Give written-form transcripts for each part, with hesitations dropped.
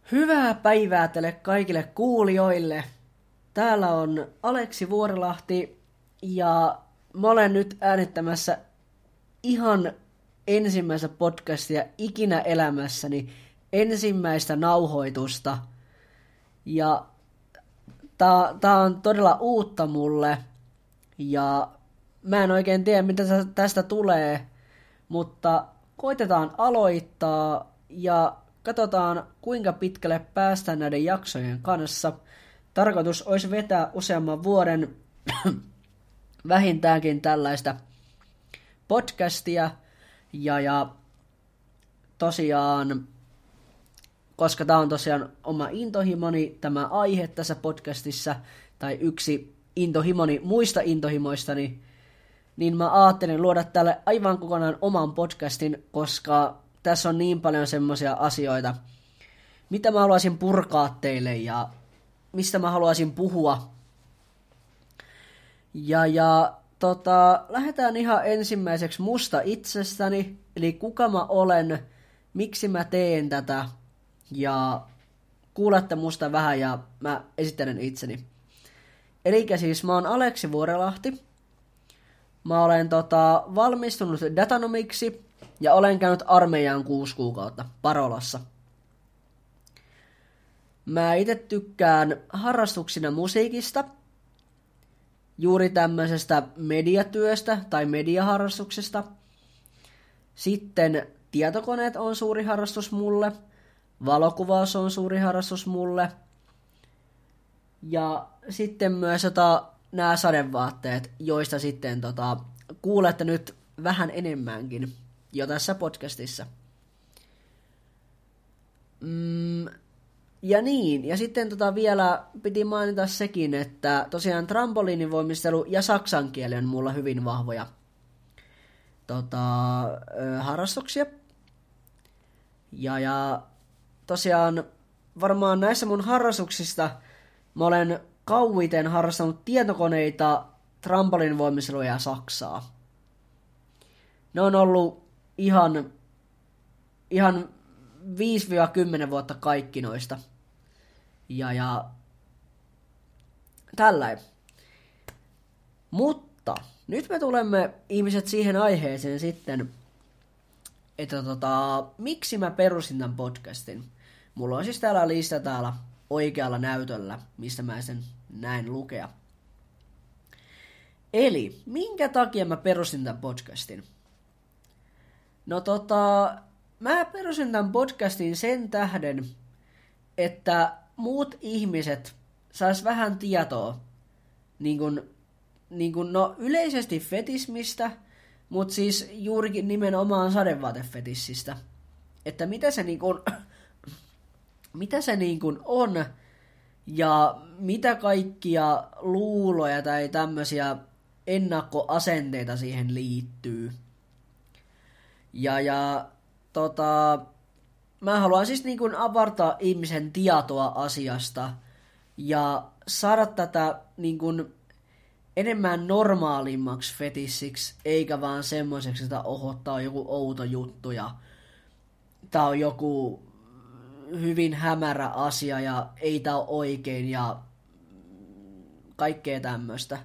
Hyvää päivää teille kaikille kuulijoille. Täällä on Aleksi Vuorilahti ja mä olen nyt äänittämässä ihan ensimmäistä podcastia ikinä elämässäni, ensimmäistä nauhoitusta. Ja tää on todella uutta mulle ja mä en oikein tiedä mitä tästä tulee, mutta koitetaan aloittaa ja katsotaan, kuinka pitkälle päästään näiden jaksojen kanssa. Tarkoitus olisi vetää useamman vuoden vähintäänkin tällaista podcastia. Ja tosiaan, koska tämä on tosiaan oma intohimoni, tämä aihe tässä podcastissa, tai yksi intohimoni muista intohimoistani, niin mä ajattelin luoda tälle aivan kokonaan oman podcastin, koska tässä on niin paljon semmoisia asioita, mitä mä haluaisin purkaa teille ja mistä mä haluaisin puhua. Lähdetään ihan ensimmäiseksi musta itsestäni, eli kuka mä olen, miksi mä teen tätä, ja kuulette musta vähän ja mä esittelen itseni. Elikkä siis mä oon Aleksi Vuorilahti, mä olen valmistunut datanomiksi, ja olen käynyt armeijaan 6 kuukautta Parolassa. Mä itse tykkään harrastuksina musiikista, juuri tämmöisestä mediatyöstä tai mediaharrastuksesta. Sitten tietokoneet on suuri harrastus mulle, valokuvaus on suuri harrastus mulle. Ja sitten myös nämä sadevaatteet, joista sitten kuulette nyt vähän enemmänkin jo tässä podcastissa. Ja sitten vielä piti mainita sekin, että tosiaan trampoliinivoimistelu ja saksan kieli on mulla hyvin vahvoja harrastuksia. Ja tosiaan varmaan näissä mun harrastuksista mä olen kauiten harrastanut tietokoneita, trampoliinivoimistelua ja saksaa. Ne on ollut ihan 5-10 vuotta kaikki noista. Ja tälläin. Mutta nyt me tulemme ihmiset siihen aiheeseen sitten, että miksi mä perusin tämän podcastin. Mulla on siis täällä lista täällä oikealla näytöllä, mistä mä sen näin lukea. Eli minkä takia mä perusin tämän podcastin? No mä perusin tämän podcastin sen tähden, että muut ihmiset sais vähän tietoa, no yleisesti fetismistä, mutta siis juurikin nimenomaan sadevaatefetissistä. Että mitä se on ja mitä kaikkia luuloja tai tämmöisiä ennakkoasenteita siihen liittyy. Mä haluan siis avartaa ihmisen tietoa asiasta ja saada tätä enemmän normaalimmaksi fetissiksi, eikä vaan semmoiseksi, että tää on joku outo juttu ja tää on joku hyvin hämärä asia ja ei tää ole oikein ja kaikkea tämmöistä.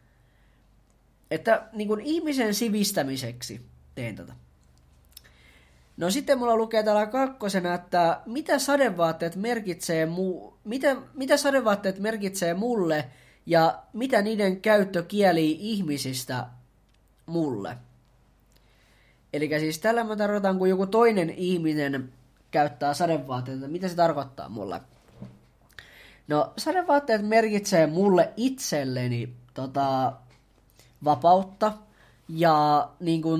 Että ihmisen sivistämiseksi teen tätä. No sitten mulla lukee täällä 2, että mitä sadevaatteet merkitsee mulle ja mitä niiden käyttö kielii ihmisistä mulle. Eli siis tällä mä tarkoitan, kun joku toinen ihminen käyttää sadevaatteita, mitä se tarkoittaa mulle. No sadevaatteet merkitsee mulle itselleni vapautta ja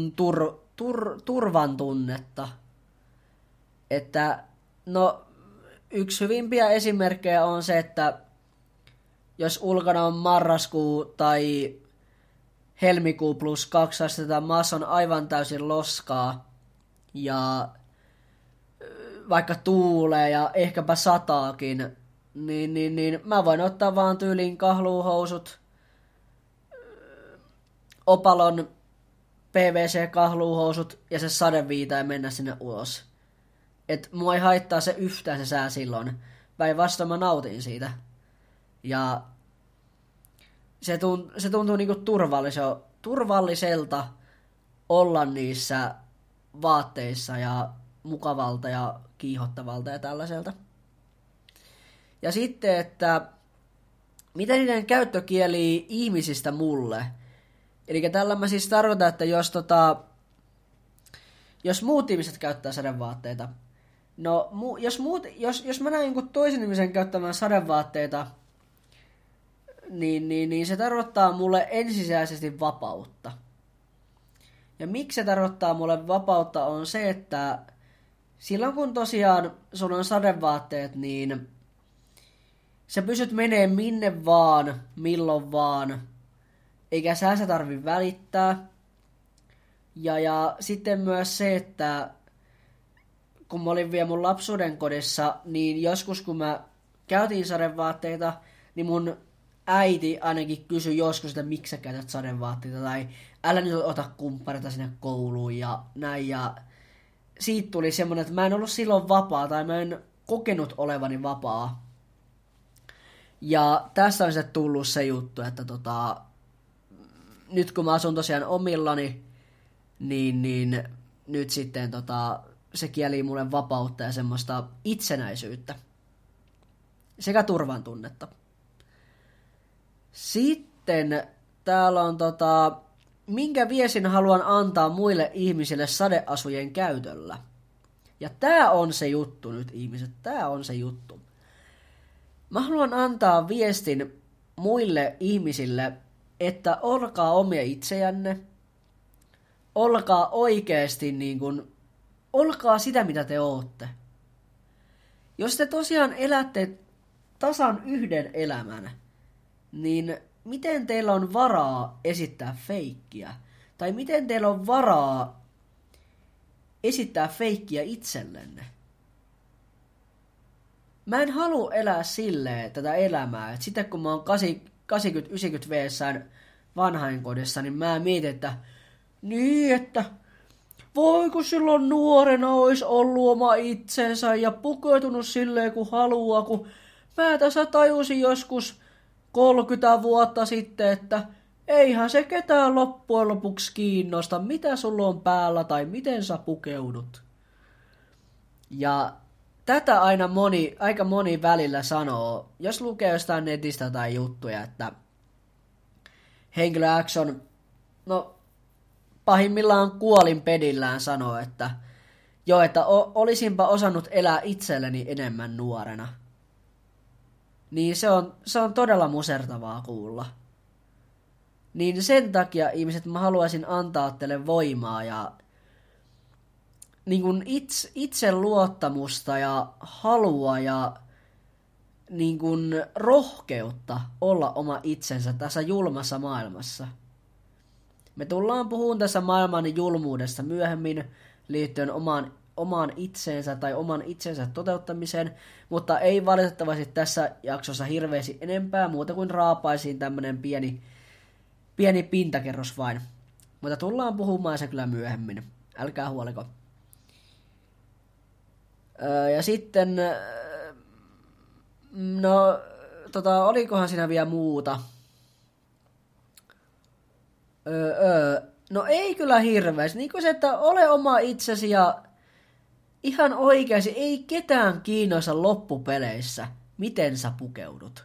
turvan tunnetta. Että no yksi hyvimpiä esimerkkejä on se, että jos ulkona on marraskuu tai helmikuu plus 2 astetta, maassa on aivan täysin loskaa ja vaikka tuulee ja ehkäpä sataakin, niin mä voin ottaa vaan tyyliin kahluuhousut, Opalon PVC-kahluuhousut ja se sadeviita ja mennä sinne ulos. Että mua ei haittaa se yhtään se sää silloin. Päinvastoin mä nautin siitä. Ja se tuntuu niinku turvalliselta olla niissä vaatteissa ja mukavalta ja kiihottavalta ja tällaiselta. Ja sitten, että miten niiden käyttö kielii ihmisistä mulle. Eli tällä mä siis tarkoitan, että jos muut ihmiset käyttää sadevaatteita, no jos mä näen jonkun toisen ihmisen käyttämään sadevaatteita, niin se tarkoittaa mulle ensisijaisesti vapautta. Ja miksi se tarkoittaa mulle vapautta on se, että silloin kun tosiaan sulla on sadevaatteet, niin sä pystyt menee minne vaan, milloin vaan, eikä sä tarvi välittää. Ja sitten myös se, että kun mä olin vielä mun lapsuuden kodissa, niin joskus kun mä käytin sadevaatteita, niin mun äiti ainakin kysyi joskus, että miksi sä käytät sadevaatteita, tai älä nyt ota kumppareita sinne kouluun ja näin. Ja siitä tuli semmoinen, että mä en ollut silloin vapaa, tai mä en kokenut olevani vapaa. Ja tässä on sitten tullut se juttu, että nyt kun mä asun tosiaan omillani, niin nyt sitten se kieli mulle vapautta ja semmoista itsenäisyyttä sekä turvan tunnetta. Sitten täällä on minkä viestin haluan antaa muille ihmisille sadeasujen käytöllä. Ja tää on se juttu nyt ihmiset, tää on se juttu. Mä haluan antaa viestin muille ihmisille, että olkaa omia itsejänne, olkaa oikeesti olkaa sitä mitä te ootte. Jos te tosiaan elätte tasan yhden elämän, niin miten teillä on varaa esittää feikkiä? Tai miten teillä on varaa esittää feikkiä itsellenne? Mä en halua elää silleen tätä elämää, että sitten kun mä oon 80-90 V-sään vanhainkodissa, niin mä mietin, että voiko silloin nuorena olisi ollut oma itsensä ja pukeutunut silleen kun haluaa, kun mä tässä tajusin joskus 30 vuotta sitten, että eihän se ketään loppujen lopuksi kiinnosta, mitä sulla on päällä tai miten sä pukeudut. Ja tätä aika moni välillä sanoo, jos lukee jostain netistä tai juttuja, että henkilö X on, pahimmillaan kuolinpedillään sanoo, että joo, että olisinpa osannut elää itselleni enemmän nuorena. Niin se on todella musertavaa kuulla. Niin sen takia ihmiset mä haluaisin antaa teille voimaa ja niin kuin itseluottamusta ja halua ja niin kuin rohkeutta olla oma itsensä tässä julmassa maailmassa. Me tullaan puhumaan tässä maailman julmuudesta myöhemmin liittyen omaan itseensä tai oman itsensä toteuttamiseen, mutta ei valitettavasti tässä jaksossa hirveästi enempää muuta kuin raapaisiin tämmönen pieni pintakerros vain. Mutta tullaan puhumaan se kyllä myöhemmin. Älkää huoliko. Ja sitten, olikohan siinä vielä muuta? No ei kyllä hirveästi. Niin kuin se, että ole oma itsesi ja ihan oikeasti ei ketään kiinnosta loppupeleissä, miten sä pukeudut.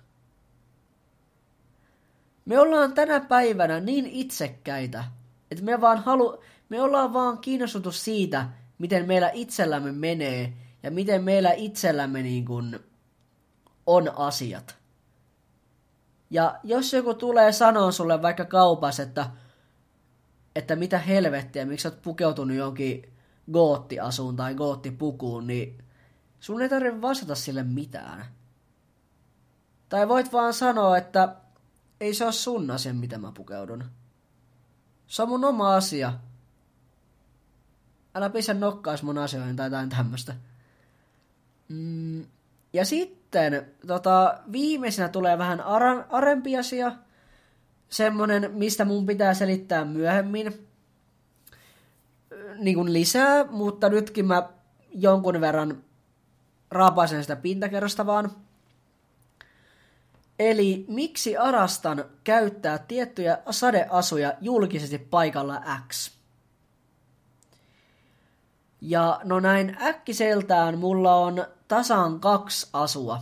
Me ollaan tänä päivänä niin itsekkäitä, että me ollaan vaan kiinnostuttu siitä, miten meillä itsellämme menee ja miten meillä itsellämme niin kuin on asiat. Ja jos joku tulee sanoa sulle vaikka kaupassa, että mitä helvettiä, miksi sä oot pukeutunut jonkin goottiasuun tai goottipukuun, niin sun ei tarvitse vastata sille mitään. Tai voit vaan sanoa, että ei se ole sun asia, mitä mä pukeudun. Se on mun oma asia. Älä pistä nokkaas mun asioihin tai jotain tämmöstä. Ja sitten viimeisenä tulee vähän arempi asia. Semmonen, mistä mun pitää selittää myöhemmin niin kuin lisää, mutta nytkin mä jonkun verran rapaisen sitä pintakerrosta vaan. Eli miksi Arastan käyttää tiettyjä sadeasuja julkisesti paikalla X? Ja no näin äkkiseltään mulla on tasan 2 asua.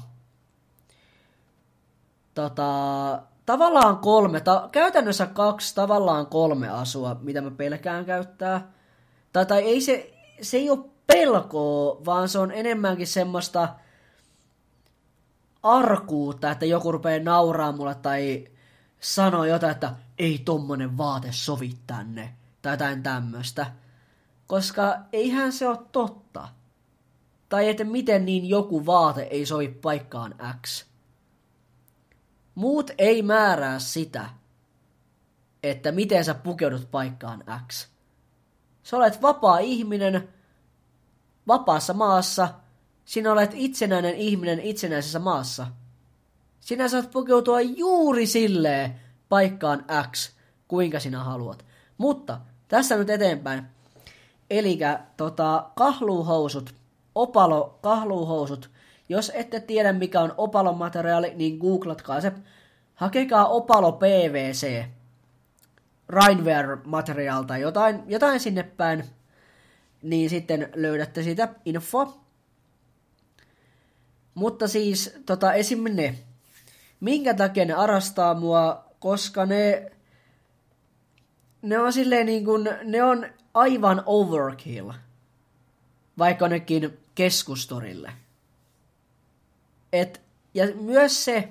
Tavallaan 3, käytännössä 2, tavallaan 3 asua, mitä mä pelkään käyttää. Tai ei se ei ole pelkoa, vaan se on enemmänkin semmoista arkuutta, että joku rupeaa nauraa mulle tai sanoo jotain, että ei tommonen vaate sovi tänne, tai jotain tämmöstä. Koska eihän se ole totta. Tai että miten niin joku vaate ei sovi paikkaan X. Muut ei määrää sitä, että miten sä pukeudut paikkaan X. Sä olet vapaa ihminen, vapaassa maassa, sinä olet itsenäinen ihminen itsenäisessä maassa. Sinä saat pukeutua juuri silleen paikkaan X, kuinka sinä haluat. Mutta tässä nyt eteenpäin. Elikkä kahluuhousut, Opalo kahluuhousut. Jos ette tiedä mikä on Opalon materiaali, niin googlatkaa se. Hakekaa Opalo PVC, Rainwear materiaal tai jotain sinne päin, niin sitten löydätte siitä info. Mutta siis esim. Minkä takia ne arastaa mua, koska ne on silleen niin kuin, ne on aivan overkill, vaikka nekin keskustorille. Ja myös se,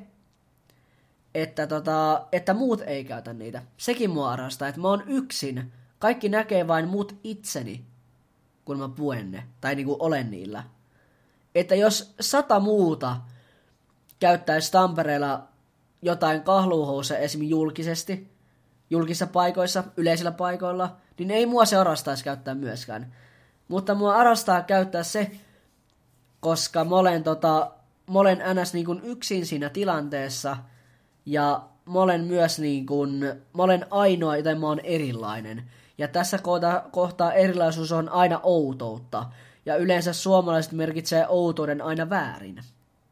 että muut ei käytä niitä. Sekin mua arastaa, että mä oon yksin. Kaikki näkee vain mut itseni, kun mä puen ne, tai niinku olen niillä. Että jos 100 muuta käyttäisi Tampereella jotain kahluuhousia esim. Julkisissa paikoissa, yleisillä paikoilla, niin ei mua se arastaisi käyttää myöskään. Mutta mua arastaa käyttää se, koska mä olen ns. Niin kuin yksin siinä tilanteessa, ja mä olen myös niin kuin, mä olen ainoa, joten mä oon erilainen. Ja tässä kohtaa erilaisuus on aina outoutta, ja yleensä suomalaiset merkitsee outouden aina väärin.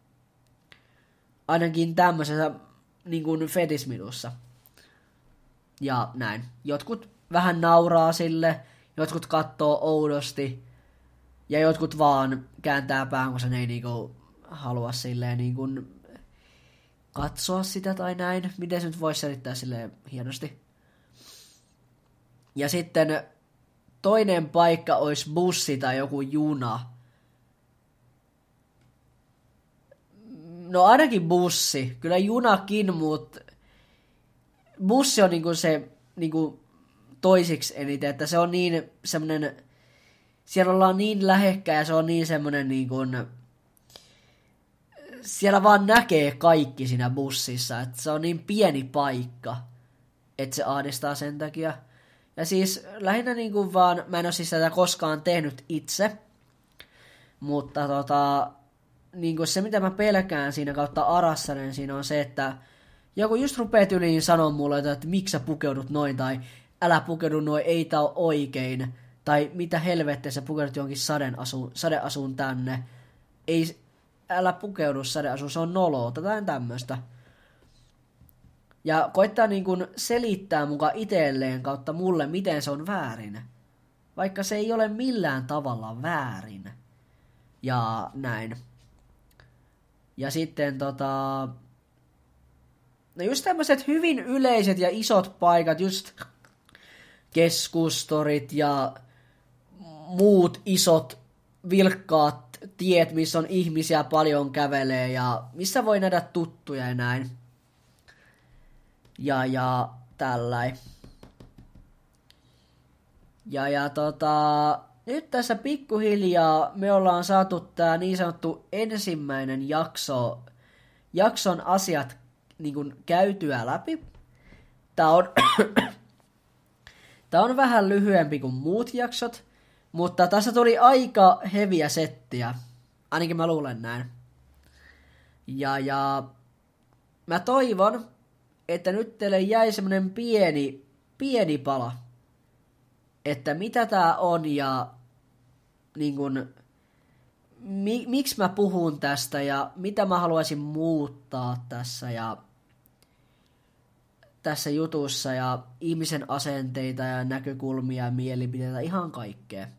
Ainakin tämmöisessä niin kuin fetismilussa. Ja näin. Jotkut vähän nauraa sille, jotkut kattoo oudosti, ja jotkut vaan kääntää pään, koska ne ei niinku halua silleen niinku katsoa sitä tai näin. Miten se nyt voisi selittää silleen hienosti. Ja sitten toinen paikka olisi bussi tai joku juna. No ainakin bussi. Kyllä junakin, mutta bussi on niinku se niinku toisiksi eniten, että se on niin semmonen, siellä ollaan niin lähekkäin ja se on niin semmonen niin kuin, siellä vaan näkee kaikki siinä bussissa, että se on niin pieni paikka, että se ahdistaa sen takia. Ja siis lähinnä niin kuin vaan, mä en ole siis tätä koskaan tehnyt itse, mutta niin kuin se mitä mä pelkään siinä kautta Arassanen siinä on se, että joku just rupeaa yliin sanoa mulle, että miksi sä pukeudut noin, tai älä pukeudu noin, ei tää ole oikein, tai mitä helvettiä sä pukeudut johonkin sadeasuun tänne, ei, älä pukeudu sadeasuun, se on noloa, tai tämmöistä. Ja koittaa niin kuin selittää mukaan itselleen kautta mulle, miten se on väärin, vaikka se ei ole millään tavalla väärin. Ja näin. Ja sitten no just tämmöiset hyvin yleiset ja isot paikat, just keskustorit ja muut isot vilkkaat tiet, missä on ihmisiä paljon kävelee ja missä voi nähdä tuttuja ja näin. Ja tälläin. Ja nyt tässä pikkuhiljaa me ollaan saatu tää niin sanottu ensimmäinen jakson asiat niin kuin käytyä läpi. Tää on vähän lyhyempi kuin muut jaksot, mutta tässä tuli aika heviä settiä. Ainakin mä luulen näin. Ja mä toivon, että nyt teille jäi semmonen pieni pala, että mitä tää on ja niin kun, miksi mä puhun tästä ja mitä mä haluaisin muuttaa tässä jutussa ja ihmisen asenteita ja näkökulmia ja mielipiteitä, ihan kaikkea.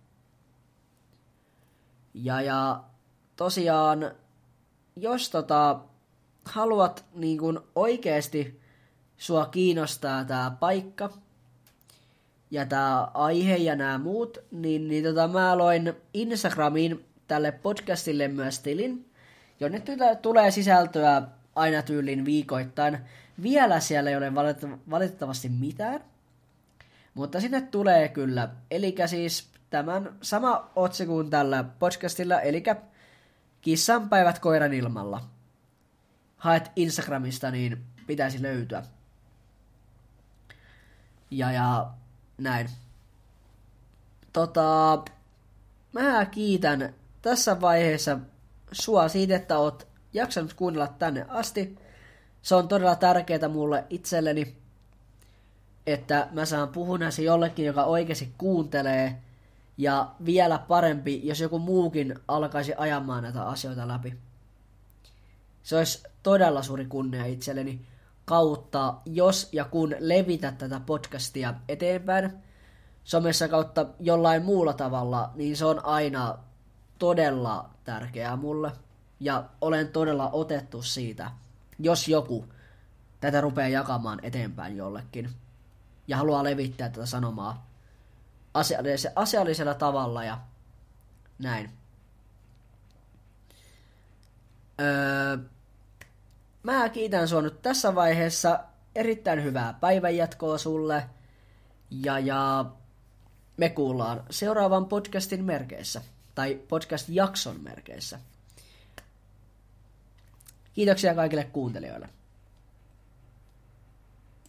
Ja tosiaan, jos haluat niin kun oikeasti sua kiinnostaa tää paikka ja tää aihe ja nämä muut, niin mä loin Instagramiin tälle podcastille myös tilin, jonne tulee sisältöä aina tyylin viikoittain. Vielä siellä ei ole valitettavasti mitään, mutta sinne tulee kyllä. Elikkä siis tämän sama otsikun tällä podcastilla, elikkä kissanpäivät koiran ilmalla. Haet Instagramista, niin pitäisi löytyä. Ja näin. Mä kiitän tässä vaiheessa sua siitä, että oot jaksanut kuunnella tänne asti. Se on todella tärkeää mulle itselleni, että mä saan puhua näissä jollekin, joka oikeasti kuuntelee. Ja vielä parempi, jos joku muukin alkaisi ajamaan näitä asioita läpi. Se olisi todella suuri kunnia itselleni kautta, jos ja kun levität tätä podcastia eteenpäin somessa kautta jollain muulla tavalla, niin se on aina todella tärkeää mulle. Ja olen todella otettu siitä, jos joku tätä rupeaa jakamaan eteenpäin jollekin ja haluaa levittää tätä sanomaa asiallisella tavalla ja näin. Mä kiitän sua nyt tässä vaiheessa. Erittäin hyvää päivänjatkoa sulle. Ja me kuullaan seuraavan podcastin merkeissä. Tai podcast-jakson merkeissä. Kiitoksia kaikille kuuntelijoille.